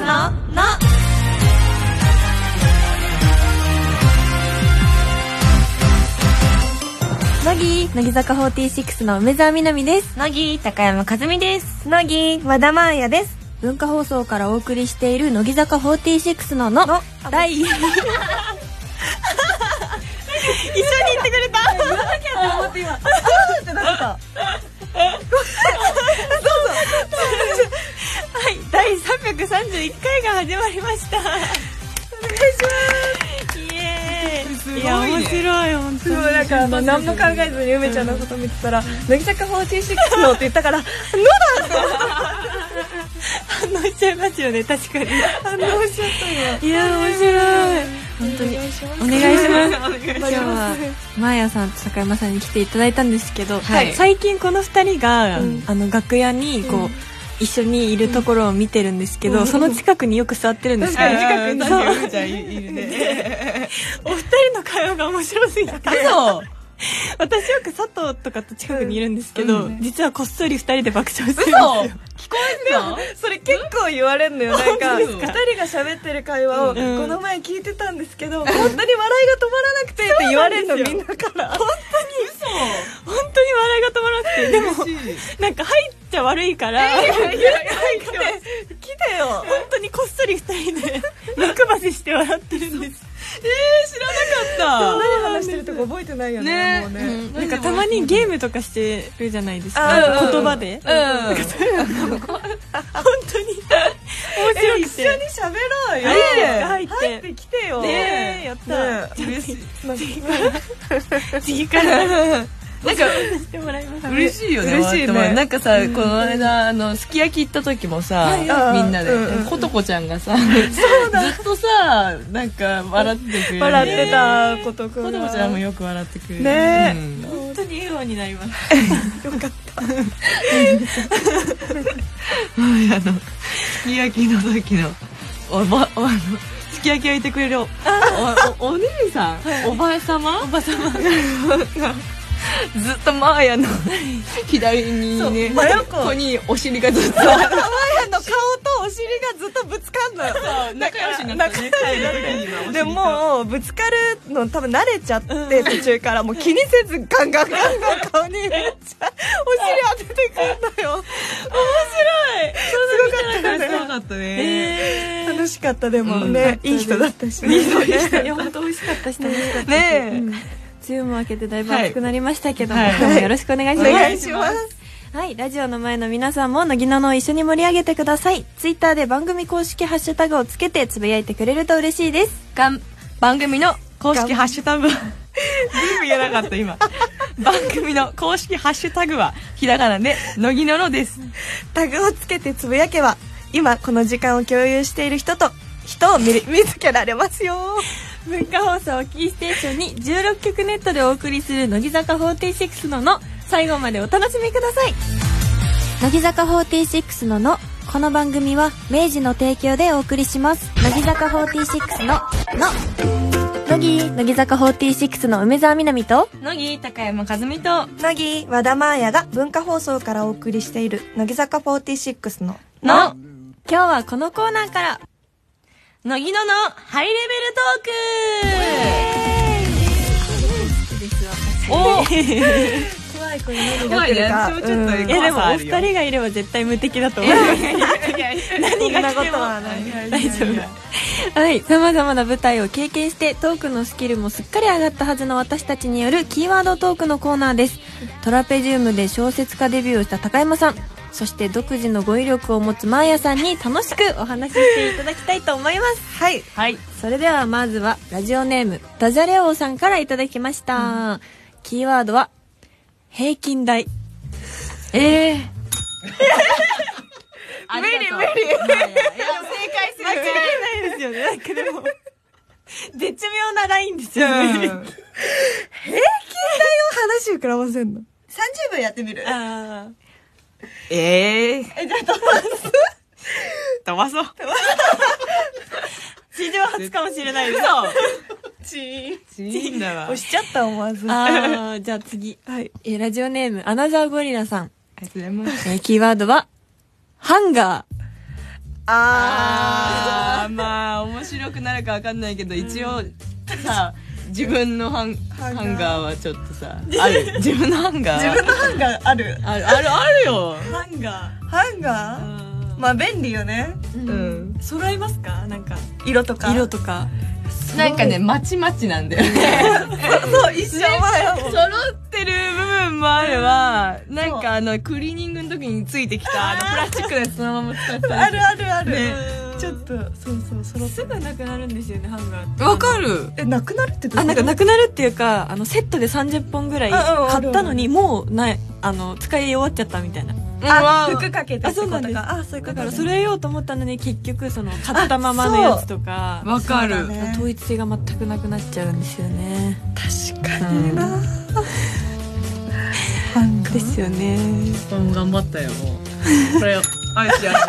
乃木坂46の梅澤美波です。 乃木高山和美です。 乃木和田真彩です。 文化放送からお送りしている乃木坂46の第一緒に言ってくれた。言わなきゃと思って今ってなった。はい、第331回が始まりました。お願いします。イエーイ。いや面白い本当に。 なんか何も考えずに梅ちゃんのこと見てたら乃木坂46のって言ったから「のだ!」って反応しちゃいますよね。確かに反応しちゃったよ。 いや面白い本当に。お願いします。今日はまーやさんと坂山さんに来ていただいたんですけど、最近この2人が楽屋にこう一緒にいるところを見てるんですけど、その近くによく座ってるんですけど、近くにそうじゃいるね。お二人の会話が面白すぎて、私よく佐藤とかと近くにいるんですけど、実はこっそり二人で爆笑してるんですよ。 聞こえてた？それ結構言われるのよ。なんか2人が喋ってる会話をこの前聞いてたんですけど、本当に笑いが止まらなくてって言われるのみんなから。本当に笑いが止まらなくて、でもなんか入っちゃ悪いから来てよ。本当にこっそり二人で目配せして笑ってるんです。 知らなかった。何話してるとこ覚えてないよね。もうね。 なんかたまにゲームとかしてるじゃないですか。言葉で。なんかそういうの本当に面白くて。 一緒に喋ろうよ。入ってきてよ。 ねえ、やった。 嬉しい。 次からなんか嬉しいよね。嬉しいね。なんかさ、この間すき焼き行った時もさ、みんなでことこちゃんがさ、ずっとさ、なんか笑ってくれる。 笑ってたことこちゃんもよく笑ってくれる。 ね。本当に笑顔になります。 よかった。 すき焼きの時のすき焼き焼いてくれるお姉さん、おばあ様がずっとマーヤの左にね、ここにお尻がずっとマーヤの顔とお尻がずっとぶつかんのよ。 仲良しになってね。 でもぶつかるの多分慣れちゃって途中からもう気にせずガンガン顔にめっちゃお尻当ててくるのよ。面白い。すごかったね。楽しかった。でもね、いい人だったしね。 いや本当美味しかったし楽しかったね。梅雨も明けてだいぶ暑くなりましたけども、今日もよろしくお願いします。 お願いします。 はい、ラジオの前の皆さんも乃木のの一緒に盛り上げてください。ツイッターで番組公式ハッシュタグをつけてつぶやいてくれると嬉しいです。 番組の公式ハッシュタグ全部言えなかった今。番組の公式ハッシュタグはひらがなで乃木ののです。 タグをつけてつぶやけば今この時間を共有している人を見つけられますよ。 文化放送キーステーションに16曲ネットでお送りする乃木坂46の最後までお楽しみください。乃木坂46のこの番組は明治の提供でお送りします。乃木坂46の乃木坂46の梅澤美波と乃木高山和美と乃木和田真彩が文化放送からお送りしている乃木坂46の今日はこのコーナーから乃木のハイレベルトーク。 怖い子に何が来るか。 でもお二人がいれば絶対無敵だと思う。何が来ても大丈夫。はい、様々な舞台を経験してトークのスキルもすっかり上がったはずの私たちによるキーワードトークのコーナーです。トラペジウムで小説家デビューをした高山さん、そして独自の語彙力を持つマーヤさんに楽しくお話ししていただきたいと思います。 はい、 はい、それではまずはラジオネームダジャレ王さんからいただきました。キーワードは平均台。 無理。いや正解する。間違いないですよね。なんかでも絶妙なラインですよね。 平均台を話膨らませんの。30分やってみる。 じゃあ飛ばそう。 史上初かもしれないです。 チーンだわ。 押しちゃった思わず。 じゃあ次。はい。ラジオネームアナザーゴリラさん。 ありがとうございます。 キーワードはハンガー。 まあ面白くなるか分かんないけど、一応さ、自分のハンガーはちょっとさ、ある。自分のハンガーあるあるよ。 ハンガーまあ便利よね。 揃いますか？なんか色とかなんかね、まちまちなんだよね。 そう、一緒は揃ってる部分もあるわ。なんかクリーニングの時についてきたプラスチックのやつそのまま使ってあるちょっとそう揃ってすぐなくなるんですよね、ハンガーって。 わかる。 なくなるってどういうこと？ なんかなくなるっていうか、セットで30本ぐらい買ったのにもうない、使い終わっちゃったみたいな。 服かけてってことか。 そういうことだから揃れえようと思ったのに結局買ったままのやつとかわかる。 統一性が全くなくなっちゃうんですよね。 確かにな。ハンガーですよね。 頑張ったよ。これあいつやる。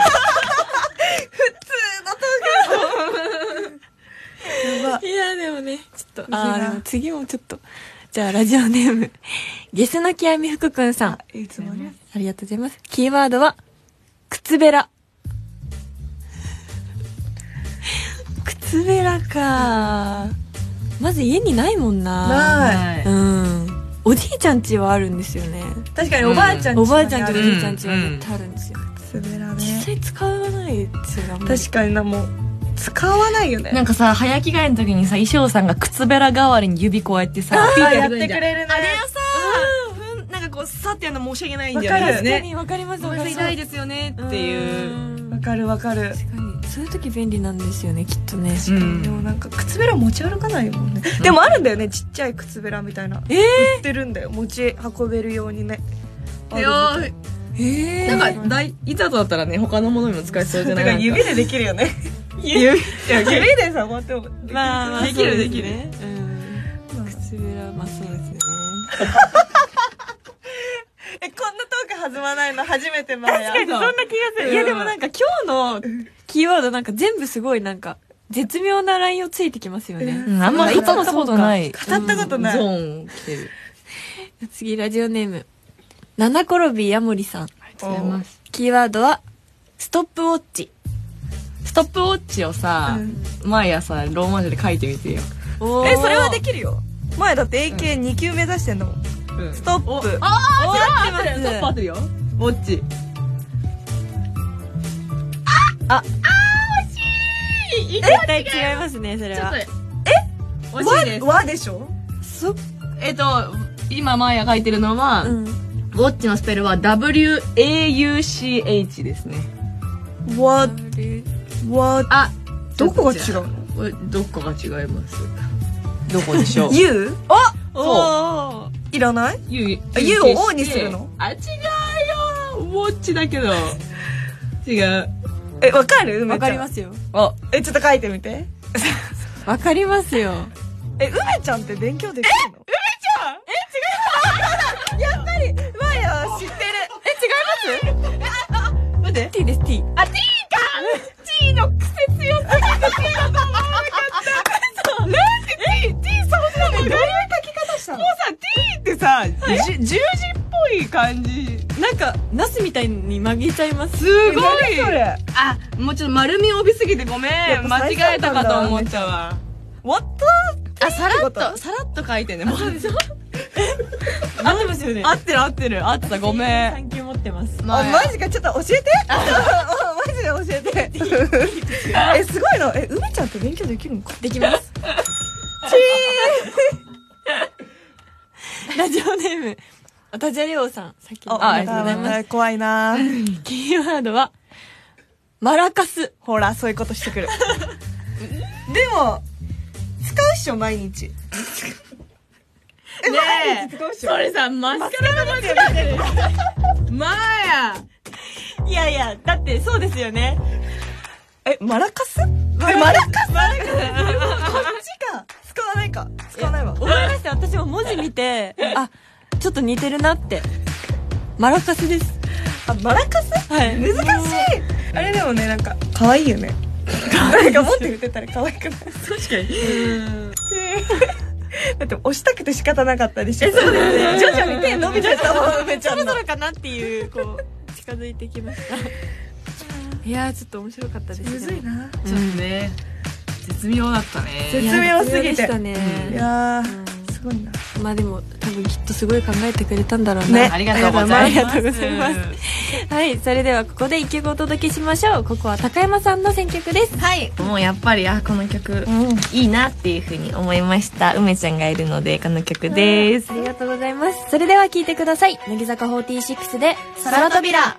いやでもね、ちょっとでも次もちょっと、じゃあラジオネームゲスの極み福くんさん、 いつもね、 ありがとうございます。キーワードは靴べら。靴べらか。まず家にないもんな。 ない。 おじいちゃん家はあるんですよね。 確かにおばあちゃんおばあちゃんとおじいちゃん家は絶対あるんですよ。 靴べらね。 実際使わないですよね。 確かにな、もう使わないよね。 なんかさ、早着替えの時にさ、衣装さんが靴べら代わりに指こうやってさ、 やってくれるね。 あれをさ、なんかこうさってやるの申し訳ないんだよね。 確かにわかります。 ごめんなさい、痛いですよねっていう。 わかる。確かにそういう時便利なんですよね、きっとね。 でもなんか靴べら持ち歩かないもんね。でもあるんだよね、ちっちゃい靴べらみたいな。売ってるんだよ、持ち運べるようにね。 なんかいざとだったらね、他のものにも使えそうじゃない？ だから指でできるよね。指でさ、待ってもまあできる靴べら、まあそうですよね。 こんなトーク弾まないの初めてマヤ。 確かにそんな気がする。いやでもなんか今日のキーワードなんか全部すごいなんか絶妙なラインをついてきますよね。 あんま語ったことない。 語ったことない。 ゾーン来てる。 次ラジオネーム七転びヤモリさん。 ありがとうございます。 キーワードはストップウォッチ。 ストップウォッチをさ、毎朝ローマ字で書いてみてよ。 それはできるよ。前だって AK2 級目指してんだもん。ストップ。 合ってる。ストップ合ってるよ。ウォッチ。惜しい。 絶対違いますね、それは。 惜しいです。 和でしょ？ 今マーヤ書いてるのは、ウォッチのスペルは WAUCH ですね。 どこが違うの？ どこが違います。どこでしょう？ U？ そう。 いらない？ U を O にするの？ 違うよ。ウォッチだけど。違う。 わかる？ わかりますよ。 ちょっと書いてみて。 わかりますよ。 梅ちゃんって勉強できるの？梅ちゃん？やっぱりマヤ知ってる。違います？ 待って。T です T。 T か。T の癖強すぎて T だと思わなかった。なんで T そうなの？どういう書き方したの？もうさ T ってさ十字っぽい感じ。 なんかナスみたいに曲げちゃいます。 すごい。 それ。 もうちょっと丸みを帯びすぎてごめん。間違えたかと思ったわ。 What？ さらっと書いてね。もうでしょ？ 合ってますよね。 合ってる。合ってた。ごめん。 3級持ってます。 マジか、ちょっと教えて。マジで教えて。すごいの。梅ちゃんって勉強できるのか？ できます。ラジオネームダジャレ王さん、さっきの。 ありがとうございます。 怖いな。 キーワードはマラカス。 ほら、そういうことしてくる。でも使うっしょ、毎日。ねえ、それさ、マスカラが間違えてる。まあや。 いやいや、だってそうですよね。 マラカス？マラカス？こっちか。使わないか。使わないわ。 思いました。私も文字見て、ちょっと似てるなって。マラカスです。 マラカス？ はい。 難しい。あれでもね、なんか可愛いよね。なんか持って振ってたら可愛くない？ 確かに。 だって押したくて仕方なかったでしょ。そうですね。徐々に手伸びちゃったもん、梅ちゃんの。 そろそろかなっていう、こう、近づいてきました。 いやちょっと面白かったですね。 むずいな。 ちょっとね絶妙だったね。 絶妙すぎて。 でしたね。 いやすごいな。 まあでも多分きっとすごい考えてくれたんだろうな。 ありがとうございます。 ありがとうございます。はい、それではここで一曲お届けしましょう。ここは高山さんの選曲です。 はい、もうやっぱりこの曲いいなっていう風に思いました。梅ちゃんがいるのでこの曲です。 ありがとうございます。それでは聴いてください。乃木坂46で空扉。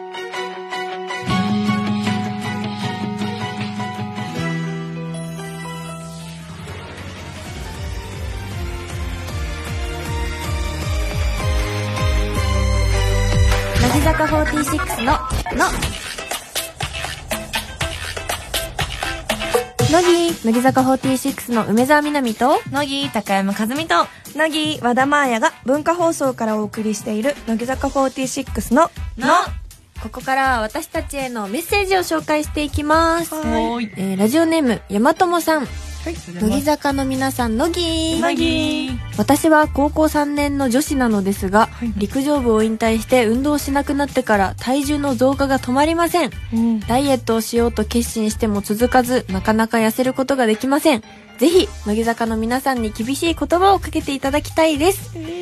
乃木坂46の乃木坂46の梅澤美波と乃木高山和美と乃木和田真彩が文化放送からお送りしている乃木坂46のここからは私たちへのメッセージを紹介していきます。ラジオネームやまともさん。乃木坂の皆さん、乃木。私は高校3年の女子なのですが、陸上部を引退して運動しなくなってから体重の増加が止まりません。ダイエットをしようと決心しても続かず、なかなか痩せることができません。ぜひ乃木坂の皆さんに厳しい言葉をかけていただきたいです。 ダイエ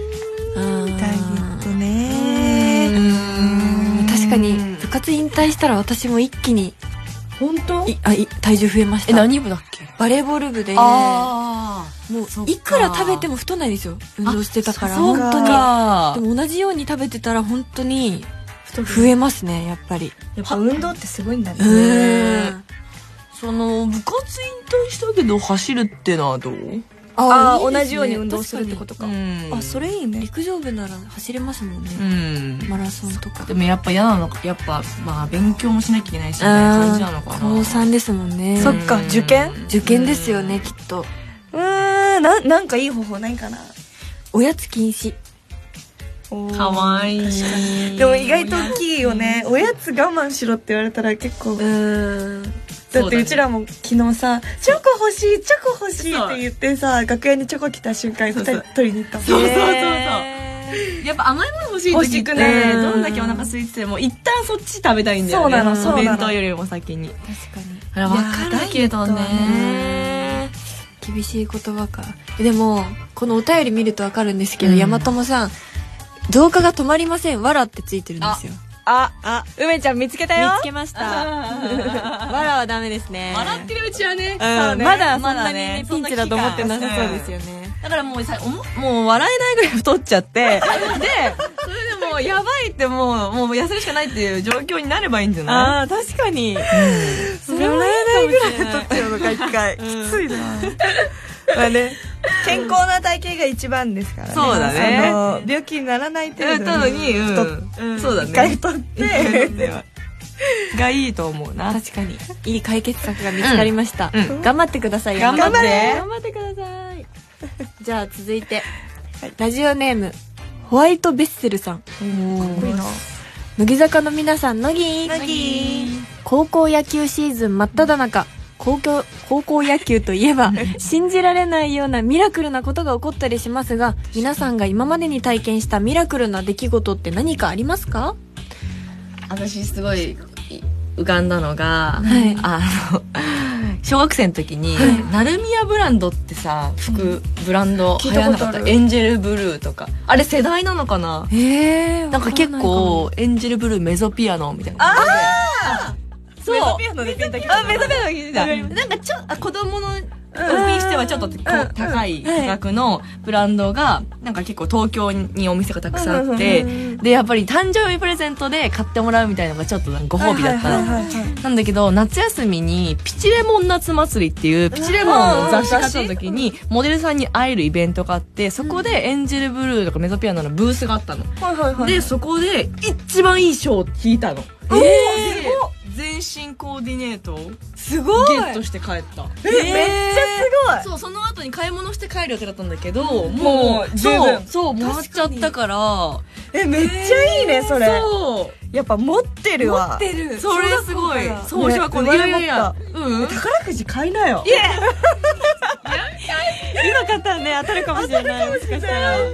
ットね。 確かに部活引退したら私も一気に本当？ 体重増えました。 何部だっけ？ バレーボール部で、もういくら食べても太んないですよ。運動してたから本当に。でも同じように食べてたら本当に増えますね、やっぱり。 やっぱ運動ってすごいんだね。 その部活引退したけど走るってのはどう？ 同じように運動するってことか。それいいね。 陸上部なら走れますもんね。マラソンとか。 でもやっぱ嫌なのか、やっぱまあ勉強もしなきゃいけないしみたいな感じなのかな。 高3ですもんね。 そっか、受験ですよね、きっと。 なんかいい方法ないかな。 おやつ禁止。 かわいい。 でも意外と大きいよね。おやつ我慢しろって言われたら結構。だってうちらも昨日さ、チョコ欲しいって言ってさ、楽屋にチョコ来た瞬間2人取りに行ったもん。 そうやっぱ甘いもの欲しい時ってどんだけお腹空いてても一旦そっち食べたいんだよね。そうなの。弁当よりも先に。 確かに。 あれ分かるけどね。 厳しい言葉か。でもこのお便り見ると分かるんですけど、山友さん、増加が止まりません。わらってついてるんですよ。 梅ちゃん見つけたよ。 見つけました。わらはダメですね。 笑ってるうちはね。 まだそんなにね、ピンチだと思ってなさそうですよね。 だからもう笑えないぐらい太っちゃって、で、それでもうやばいってもう痩せるしかないっていう状況になればいいんじゃない？ 確かに。 それ笑えないぐらい太っちゃうのか、一回。きついな。まあね、健康な体型が一番ですからね。 そうだね。 病気にならない程度にそうだね。 一回太ってがいいと思うな。 確かにいい解決策が見つかりました。頑張ってくださいよ。 頑張ってください。じゃあ続いてラジオネームホワイトベッセルさん。かっこいいな。乃木坂の皆さん、乃木。高校野球シーズン真っ只中。高校野球といえば信じられないようなミラクルなことが起こったりしますが、皆さんが今までに体験したミラクルな出来事って何かありますか？ 私すごい浮かんだのが、小学生の時にナルミヤブランドってさ、服ブランド流行らなかった？エンジェルブルーとか、あれ世代なのかな？なんか結構エンジェルブルーメゾピアノみたいな感じで。そう、メゾピアノで聞いたけど。メゾピアノで聞いた。なんか子供のにしてはちょっと高い価格のブランドがなんか結構東京にお店がたくさんあって、でやっぱり誕生日プレゼントで買ってもらうみたいなのがちょっとご褒美だったのなんだけど、夏休みにピチレモン夏祭りっていうピチレモンの雑誌があった時にモデルさんに会えるイベントがあって、そこでエンジェルブルーとかメゾピアノのブースがあったの。でそこで一番いい賞を聞いたの。全身コーディネートをすごいゲットして帰った。 めっちゃすごい。 そう、その後に買い物して帰る予定だったんだけど、もうそうもらっちゃったから。 めっちゃいいねそれ。そう、やっぱ持ってるわ。 持ってる。それすごい。そう、小学校の。いや宝くじ買いなよ。 今買ったらね当たるかもしれない。もしかしたら買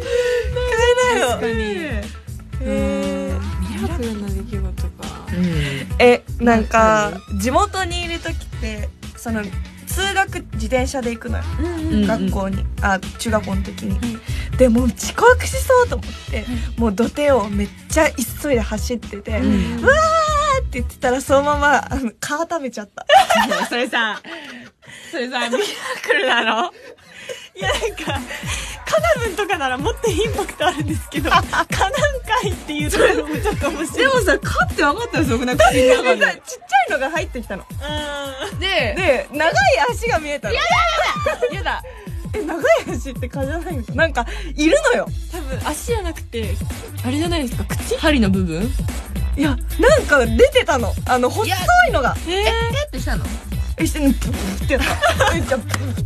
えなよ。 確かに。ミラクルな出来事か。 なんか地元にいる時ってその通学自転車で行くのよ、学校に中学校の時に、でもう遅刻しそうと思って、もう土手をめっちゃ急いで走ってて、うわーって言ってたらそのまま皮食べちゃった。 それさミラクルなの？ いや、なんかカナブンとかならもっとインパクトあるんですけど、カナン会っていうところもちょっと面白い。 でもさ、カって分かったですよ、口の中で。 ちっちゃいのが入ってきたの。で、長い足が見えたの。やだ長い足って蚊じゃないの？なんかいるのよ。 多分足じゃなくてあれじゃないですか、口？ 針の部分？ いや、なんか出てたの。細いのが。 ってしたの？ 一緒にプッってやった。めっちゃプッって。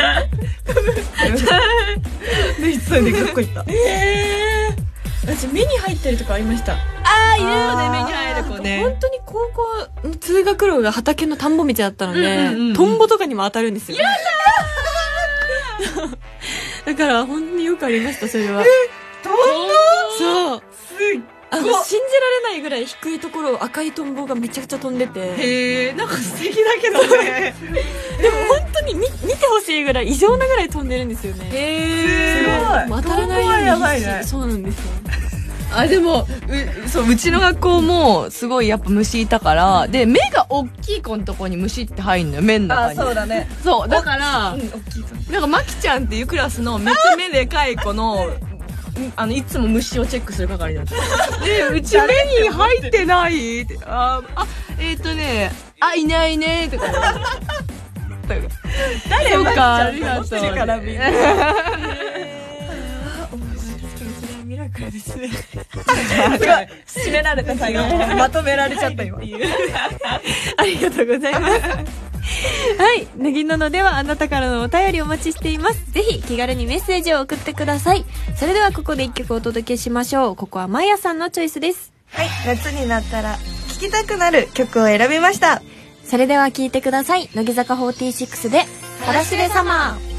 で、急いで学校行った。 私目に入ってるとかありました。 いるのね、目に入る子ね。 本当に高校の通学路が畑の田んぼ道だったので、トンボとかにも当たるんですよ。やだーだから本当によくありました、それは。 トンボ？ そう。信じられないぐらい低いところを赤いトンボがめちゃくちゃ飛んでて。 へえ、なんか素敵だけどね。 でも本当に見てほしいぐらい異常なぐらい飛んでるんですよね。 へー、すごい。 当たらないようにやばいね。 そうなんですよ。 でもうちの学校もすごいやっぱ虫いたから、で目が大きい子のとこに虫って入んのよ、目の中に。 そうだね。 そうだから、なんかマキちゃんっていうクラスのめっちゃ目でかい子のいつも虫をチェックする係だった。で、うち目に入ってないって、いないねとか。 誰そうか、 ありがとう。からみんな。 ミラクルですね。 すごい締められた最後まとめられちゃった今。 ありがとうございます。はい、脱ぎののではあなたからのお便りお待ちしています。ぜひ気軽にメッセージを送ってください。それではここで一曲お届けしましょう。ここはまやさんのチョイスです。 はい、夏になったら聴きたくなる曲を選びました。 それでは聴いてください。乃木坂46で裸足でサマー。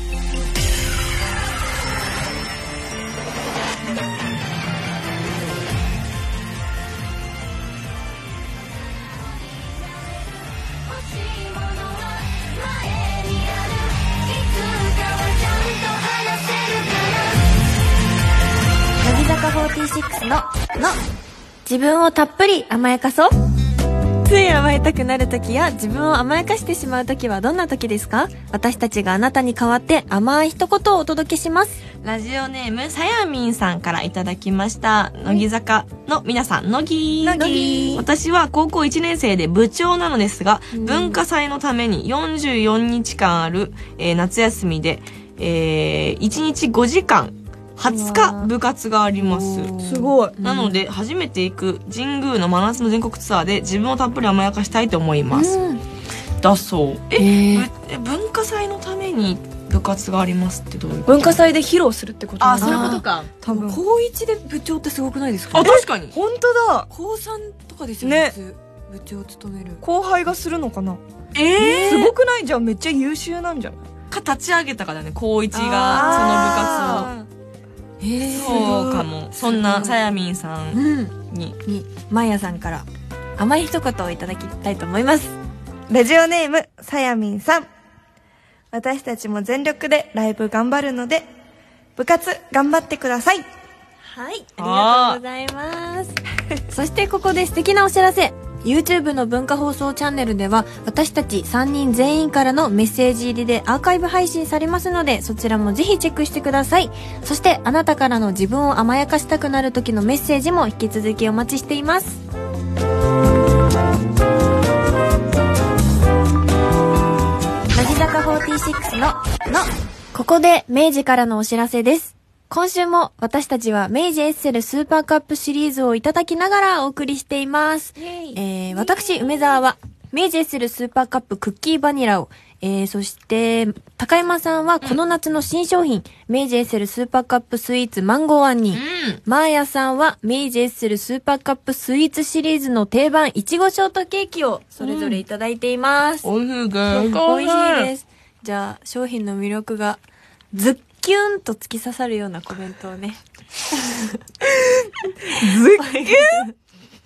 乃木坂46の自分をたっぷり甘やかそう。つい甘えたくなる時や自分を甘やかしてしまう時はどんな時ですか？私たちがあなたに代わって甘い一言をお届けします。 ラジオネームさやみんさんからいただきました。乃木坂の皆さん、乃木。私は高校1年生で部長なのですが、文化祭のために44日間ある、夏休みで、1日5時間20日部活があります。 すごい。 なので初めて行く神宮の真夏の全国ツアーで自分をたっぷり甘やかしたいと思います。だそう。文化祭のために部活がありますってどういうこと？ 文化祭で披露するってことなんだ。 そういうことか。 多分高1で部長ってすごくないですか？ 確かに。 本当だ。 高3とかですよね。部長を務める後輩がするのかな。すごくない？じゃあめっちゃ優秀なんじゃないか。立ち上げたからね、高1がその部活を。そうかも。そんなさやみんさんにまやさんから甘い一言をいただきたいと思います。 ラジオネームさやみんさん。私たちも全力でライブ頑張るので部活頑張ってください。 はい、ありがとうございます。そしてここで素敵なお知らせ。YouTube の文化放送チャンネルでは私たち3人全員からのメッセージ入りでアーカイブ配信されますので、そちらもぜひチェックしてください。そしてあなたからの自分を甘やかしたくなる時のメッセージも引き続きお待ちしています。乃木坂46のここで明治からのお知らせです。今週も私たちは明治エッセルスーパーカップシリーズをいただきながらお送りしています。私、梅沢は明治エッセルスーパーカップクッキーバニラを、そして高山さんはこの夏の新商品、明治エッセルスーパーカップスイーツマンゴー杏仁、マーヤさんは明治エッセルスーパーカップスイーツシリーズの定番いちごショートケーキをそれぞれいただいています。 おいしいです。 おいしいです。じゃあ商品の魅力がズッキュンと突き刺さるようなコメントをね。 ズッキュン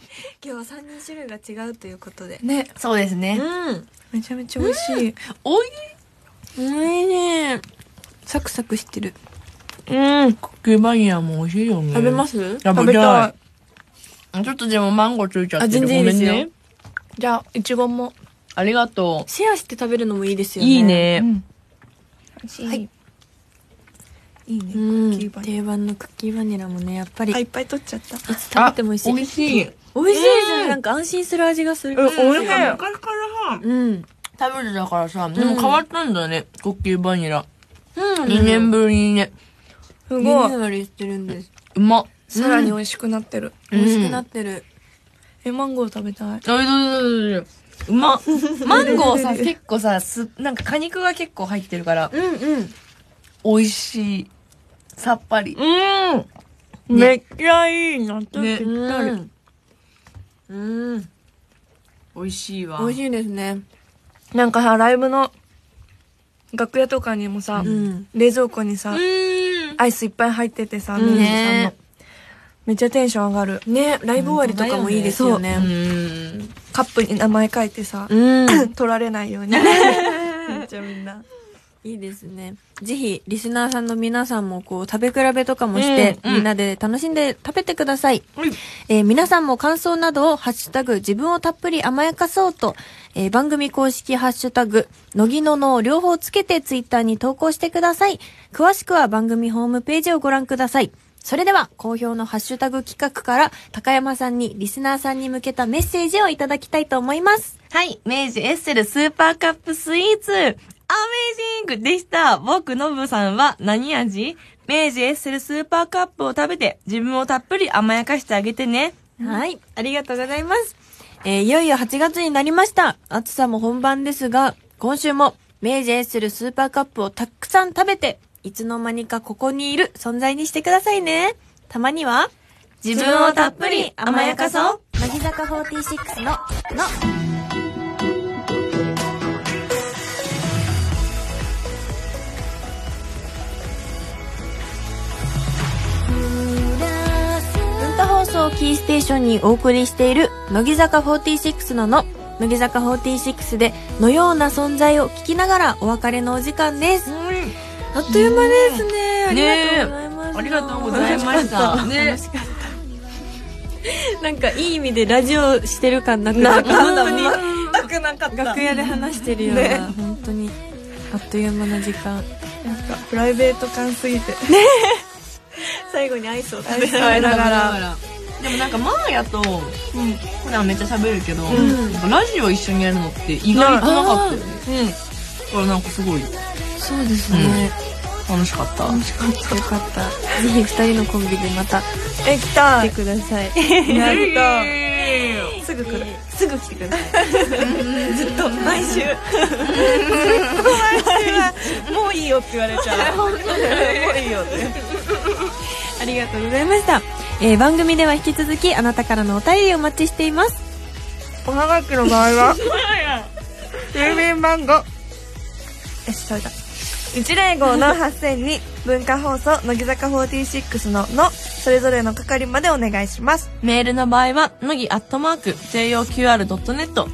今日は3人種類が違うということでね。 そうですね。 めちゃめちゃ美味しい。 おいおいしい。サクサクしてる。 クッキーバニラも美味しいよね。 食べます？ 食べたい。ちょっとでもマンゴーついちゃってる。 全然いいですよ。 ごめんね。 じゃあ、いちごも。 ありがとシェアして食べるのもいいですよね。 う。いいね。 はい。いいね、クうん。 ッキーバニ定番のクッキーバニラもね、やっぱり。 ラ。いっぱい取っちゃった。 いつ食べても美味しい。 美味しい。 美味しいじゃん。なんか安心する味がする。 美味しい。 昔からさ、 うん。 食べてたからさ、でも変わったんだね、クッキーバニラ。 うん。 2年ぶりにね。 すごい。 リニューアルしてるんです。 うまっ。 さらに美味しくなってる。 美味しくなってる。 マンゴー食べたい。 うまっ。マンゴーさ、結構さ、なんか果肉が結構入ってるから、 うんうん。 美味しい。さっぱり。 めっちゃいい。納豆ねぴったり。 うん。 美味しいわ。 美味しいですね。 なんかさ、ライブの楽屋とかにもさ、 うん。 冷蔵庫にさ、アイスいっぱい入っててさ、ミュージさんの。めっちゃテンション上がる。 ね、ライブ終わりとかもいいですよね。 カップに名前書いてさ、 うん。 取られないように。めっちゃみんな。 いいですね。ぜひ、リスナーさんの皆さんもこう、食べ比べとかもして、みんなで楽しんで食べてください。皆さんも感想などを、ハッシュタグ、自分をたっぷり甘やかそうと、番組公式ハッシュタグ、のぎののを両方つけてツイッターに投稿してください。詳しくは番組ホームページをご覧ください。それでは、好評のハッシュタグ企画から、高山さんにリスナーさんに向けたメッセージをいただきたいと思います。 はい。明治エッセルスーパーカップスイーツ。アメージングでした。僕、のぶさんは何味？明治エッセルスーパーカップを食べて、自分をたっぷり甘やかしてあげてね。 はい。ありがとうございます。いよいよ8月になりました。暑さも本番ですが、今週も明治エッセルスーパーカップをたくさん食べて、いつの間にかここにいる存在にしてくださいね。たまには、 自分をたっぷり甘やかそう。 乃木坂46の。文化放送キーステーションにお送りしている乃木坂46の乃木坂46でのような存在を聞きながらお別れのお時間です。あっという間ですね。ありがとうございます。 ありがとうございました。 楽しかった。なんかいい意味でラジオしてる感なくなった。本当に全くなかった。 楽屋で話してるような、ね、本当にあっという間の時間。 なんかプライベート感すぎて。ね。 最後にアイスを食べながら。 でもなんかマーヤと普段めっちゃ喋るけど、ラジオ一緒にやるのって意外となかったよね。だからなんかすごい。 そうですね。 楽しかった。 楽しかった。よかった。ぜひ二人のコンビでまた来た来てください。 やったすぐ来る。すぐ来てください。ずっと毎週。ずっと毎週はもういいよって言われちゃう。もういいよって。 ありがとうございました。番組では引き続きあなたからのお便りをお待ちしています。 おはがきの場合は郵便番号それだ105-8000に文化放送乃木坂46のそれぞれの係までお願いします。 メールの場合は乃木@joqr.net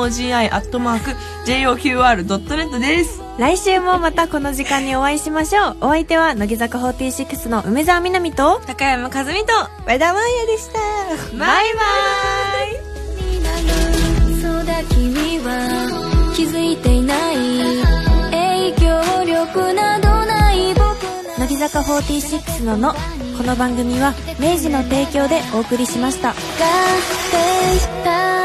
nogi@joqr.net です。 来週もまたこの時間にお会いしましょう。お相手は乃木坂46の梅澤美波と高山和美と和田真彩でした。 バイバイ。そうだ君は気づいていない、影響力などない僕な乃木坂46のこの番組は明治の提供でお送りしました。 ができた